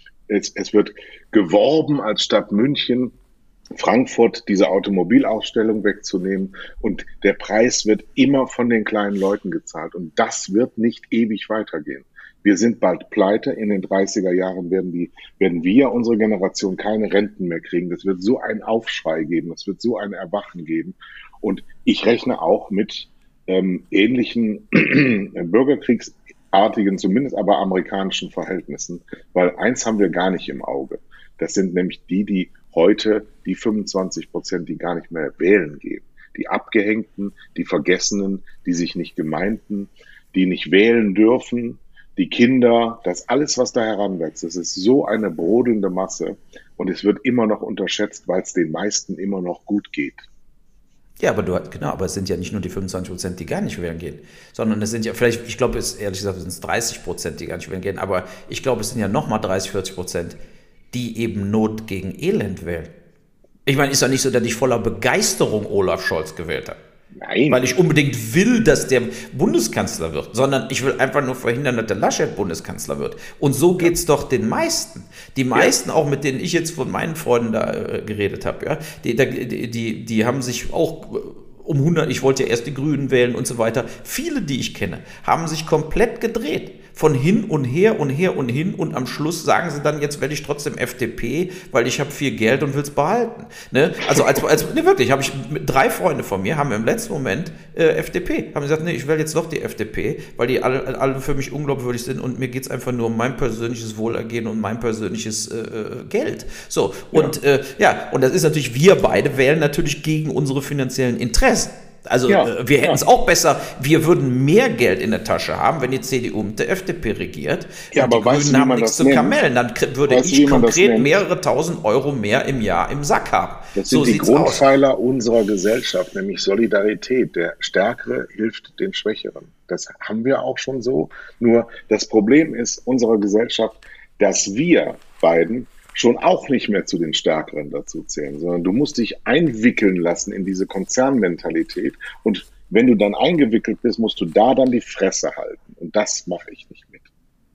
Es wird geworben, als Stadt München Frankfurt diese Automobilausstellung wegzunehmen. Und der Preis wird immer von den kleinen Leuten gezahlt. Und das wird nicht ewig weitergehen. Wir sind bald pleite. In den 30er Jahren werden wir, unsere Generation, keine Renten mehr kriegen. Das wird so einen Aufschrei geben. Das wird so ein Erwachen geben. Und ich rechne auch mit ähnlichen bürgerkriegsartigen, zumindest aber amerikanischen Verhältnissen. Weil eins haben wir gar nicht im Auge. Das sind nämlich die heute, die 25%, die gar nicht mehr wählen gehen. Die Abgehängten, die Vergessenen, die sich nicht gemeinten, die nicht wählen dürfen, die Kinder, das alles, was da heranwächst, das ist so eine brodelnde Masse und es wird immer noch unterschätzt, weil es den meisten immer noch gut geht. Ja, aber es sind ja nicht nur die 25%, die gar nicht wählen gehen, sondern es sind ja vielleicht, ich glaube, ehrlich gesagt, sind es 30%, die gar nicht wählen gehen, aber ich glaube, es sind ja nochmal 30-40%, die eben Not gegen Elend wählen. Ich meine, ist doch nicht so, dass ich voller Begeisterung Olaf Scholz gewählt habe. Nein. Weil ich unbedingt will, dass der Bundeskanzler wird, sondern ich will einfach nur verhindern, dass der Laschet Bundeskanzler wird. Und so geht's doch den meisten. Die meisten, auch mit denen ich jetzt von meinen Freunden da geredet habe, ja, die haben sich auch um 100, ich wollte ja erst die Grünen wählen und so weiter. Viele, die ich kenne, haben sich komplett gedreht. Von hin und her und her und hin und am Schluss sagen sie dann, jetzt werde ich trotzdem FDP, weil ich habe viel Geld und will es behalten. Ne? Also wirklich, habe ich 3 Freunde von mir, haben im letzten Moment FDP, haben gesagt, nee, ich wähle jetzt doch die FDP, weil die alle für mich unglaubwürdig sind und mir geht es einfach nur um mein persönliches Wohlergehen und mein persönliches Geld. So, und und das ist natürlich, wir beide wählen natürlich gegen unsere finanziellen Interessen. Also wir hätten es auch besser, wir würden mehr Geld in der Tasche haben, wenn die CDU mit der FDP regiert. Ja, aber die Grünen haben nichts zu kamellen. Dann würde ich konkret mehrere tausend Euro mehr im Jahr im Sack haben. Das sind die Grundpfeiler unserer Gesellschaft, nämlich Solidarität. Der Stärkere hilft den Schwächeren. Das haben wir auch schon so. Nur das Problem ist unserer Gesellschaft, dass wir beiden schon auch nicht mehr zu den Stärkeren dazu zählen, sondern du musst dich einwickeln lassen in diese Konzernmentalität und wenn du dann eingewickelt bist, musst du da dann die Fresse halten und das mache ich nicht mit.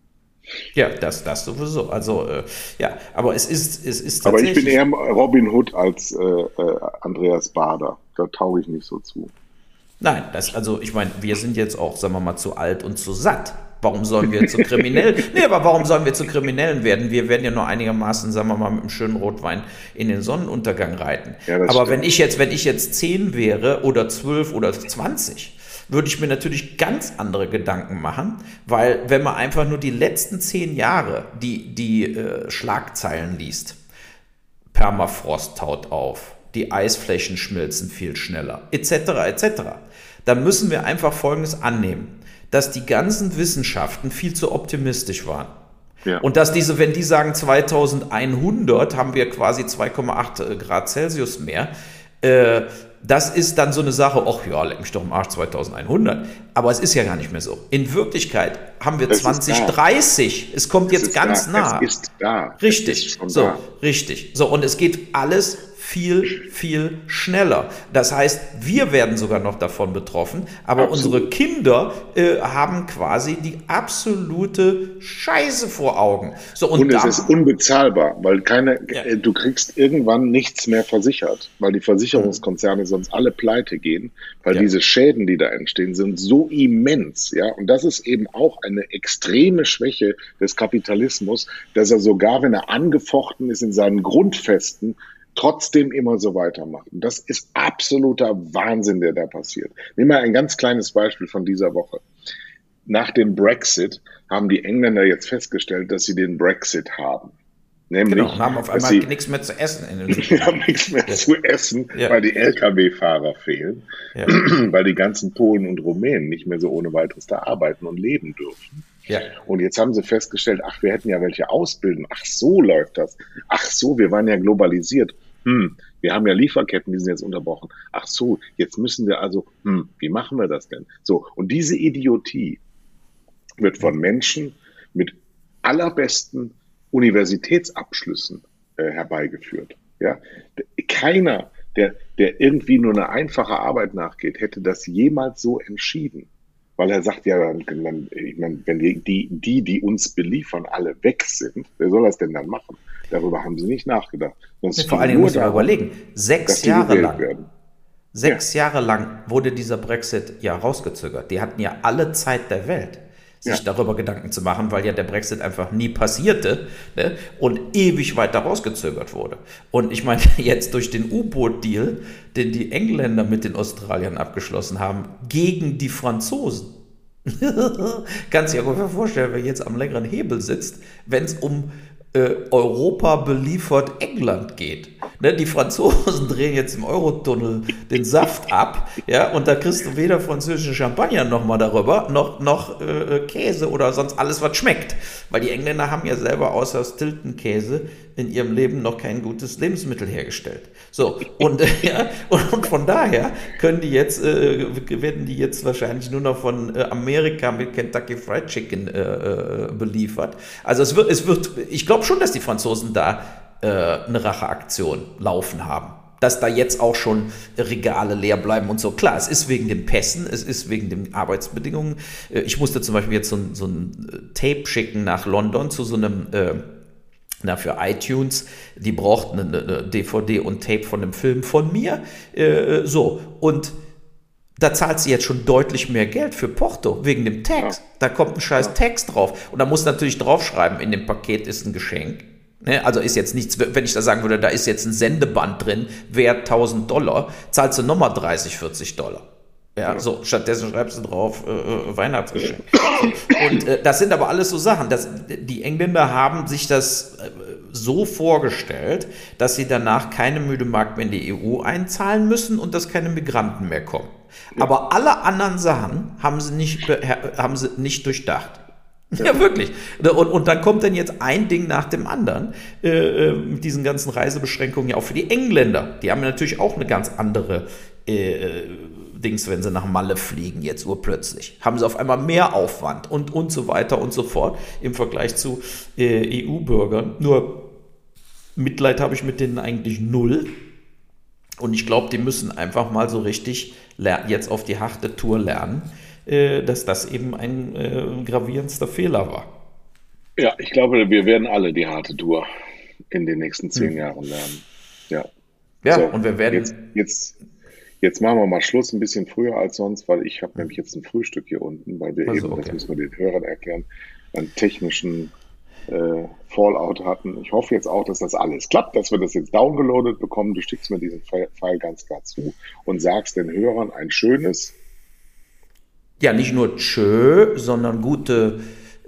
Ja, das sowieso, also aber es ist tatsächlich... Aber ich bin eher Robin Hood als Andreas Baader, da tauge ich nicht so zu. Nein, ich meine, wir sind jetzt auch, sagen wir mal, zu alt und zu satt. Warum sollen wir zu Kriminellen? Warum sollen wir zu Kriminellen werden? Wir werden ja nur einigermaßen, sagen wir mal, mit einem schönen Rotwein in den Sonnenuntergang reiten. Ja, aber stimmt. wenn ich jetzt 10 wäre oder 12 oder 20, würde ich mir natürlich ganz andere Gedanken machen, weil wenn man einfach nur die letzten 10 Jahre die Schlagzeilen liest, Permafrost taut auf, die Eisflächen schmilzen viel schneller, etc., dann müssen wir einfach Folgendes annehmen, dass die ganzen Wissenschaften viel zu optimistisch waren. Ja. Und dass wenn die sagen 2100 haben wir quasi 2,8 Grad Celsius mehr, Das ist dann so eine Sache, ach ja, leck mich doch im Arsch 2100. Aber es ist ja gar nicht mehr so. In Wirklichkeit haben wir 2030. Es kommt jetzt ganz nah. Es ist da. Richtig. So, richtig. So, und es geht alles viel, viel schneller. Das heißt, wir werden sogar noch davon betroffen, aber unsere Kinder haben quasi die absolute Scheiße vor Augen. So, und es ist unbezahlbar, weil du kriegst irgendwann nichts mehr versichert, weil die Versicherungskonzerne sonst alle pleite gehen, weil diese Schäden, die da entstehen, sind so immens. Ja? Und das ist eben auch eine extreme Schwäche des Kapitalismus, dass er sogar, wenn er angefochten ist in seinen Grundfesten, trotzdem immer so weitermacht. Und das ist absoluter Wahnsinn, der da passiert. Nehmen wir ein ganz kleines Beispiel von dieser Woche. Nach dem Brexit haben die Engländer jetzt festgestellt, dass sie den Brexit haben. Nämlich, und haben auf einmal nichts mehr zu essen. Sie haben nichts mehr zu essen, weil die Lkw-Fahrer fehlen, weil die ganzen Polen und Rumänen nicht mehr so ohne weiteres da arbeiten und leben dürfen. Ja. Und jetzt haben sie festgestellt, wir hätten ja welche ausbilden. Ach, so läuft das. Ach so, wir waren ja globalisiert. Wir haben ja Lieferketten, die sind jetzt unterbrochen. Ach so, jetzt müssen wir also, wie machen wir das denn? So, und diese Idiotie wird von Menschen mit allerbesten Universitätsabschlüssen herbeigeführt. Ja? Keiner, der irgendwie nur eine einfache Arbeit nachgeht, hätte das jemals so entschieden. Weil er sagt, ja, ich meine, wenn die uns beliefern, alle weg sind, wer soll das denn dann machen? Darüber haben sie nicht nachgedacht. Vor allen Dingen muss man überlegen, 6 Jahre lang wurde dieser Brexit ja rausgezögert. Die hatten ja alle Zeit der Welt, sich darüber Gedanken zu machen, weil ja der Brexit einfach nie passierte, ne, und ewig weiter rausgezögert wurde. Und ich meine, jetzt durch den U-Boot-Deal, den die Engländer mit den Australiern abgeschlossen haben, gegen die Franzosen. Kannst du dir ungefähr vorstellen, wer jetzt am längeren Hebel sitzt, wenn es um Europa beliefert England geht. Ne, die Franzosen drehen jetzt im Eurotunnel den Saft ab, ja, und da kriegst du weder französischen Champagner nochmal darüber, noch Käse oder sonst alles, was schmeckt. Weil die Engländer haben ja selber außer Stilton-Käse in ihrem Leben noch kein gutes Lebensmittel hergestellt. So, und von daher werden die jetzt wahrscheinlich nur noch von Amerika mit Kentucky Fried Chicken beliefert. Also es wird, ich glaube schon, dass die Franzosen da eine Racheaktion laufen haben. Dass da jetzt auch schon Regale leer bleiben und so. Klar, es ist wegen den Pässen, es ist wegen den Arbeitsbedingungen. Ich musste zum Beispiel jetzt so ein Tape schicken nach London zu so einem, für iTunes, die brauchten eine DVD und Tape von einem Film von mir. Und da zahlt sie jetzt schon deutlich mehr Geld für Porto, wegen dem Text. Da kommt ein scheiß Text drauf. Und da muss natürlich draufschreiben, in dem Paket ist ein Geschenk. Also ist jetzt nichts, wenn ich da sagen würde, da ist jetzt ein Sendeband drin, wert $1.000, zahlst du nochmal $30-40. Ja, so, stattdessen schreibst du drauf, Weihnachtsgeschenk. Und das sind aber alles so Sachen, die Engländer haben sich das so vorgestellt, dass sie danach keine müde Mark mehr in die EU einzahlen müssen und dass keine Migranten mehr kommen. Aber alle anderen Sachen haben sie nicht durchdacht. Ja, wirklich. Und dann kommt dann jetzt ein Ding nach dem anderen mit diesen ganzen Reisebeschränkungen ja auch für die Engländer. Die haben natürlich auch eine ganz andere Dings, wenn sie nach Malle fliegen, jetzt urplötzlich. Haben sie auf einmal mehr Aufwand und so weiter und so fort im Vergleich zu EU-Bürgern. Nur Mitleid habe ich mit denen eigentlich null. Und ich glaube, die müssen einfach mal so richtig jetzt auf die harte Tour lernen, dass das eben ein gravierendster Fehler war. Ja, ich glaube, wir werden alle die harte Tour in den nächsten 10 Jahren lernen. Ja, so, und wir werden... Jetzt machen wir mal Schluss, ein bisschen früher als sonst, weil ich habe nämlich jetzt ein Frühstück hier unten, weil wir das müssen wir den Hörern erklären, einen technischen Fallout hatten. Ich hoffe jetzt auch, dass das alles klappt, dass wir das jetzt downgeloadet bekommen. Du schickst mir diesen File ganz klar zu und sagst den Hörern ein schönes... Ja, nicht nur tschö, sondern gute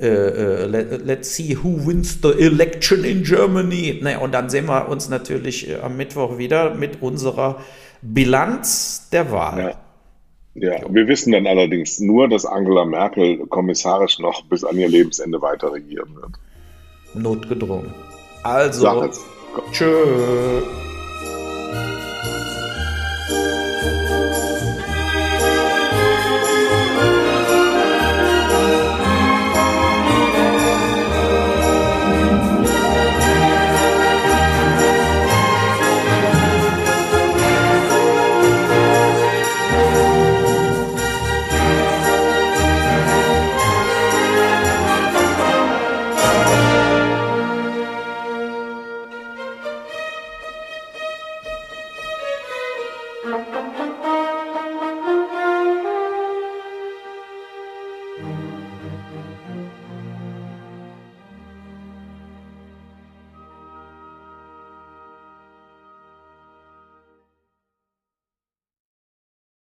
let's see who wins the election in Germany. Naja, und dann sehen wir uns natürlich am Mittwoch wieder mit unserer Bilanz der Wahl. Ja, wir wissen dann allerdings nur, dass Angela Merkel kommissarisch noch bis an ihr Lebensende weiter regieren wird. Notgedrungen. Also, tschö.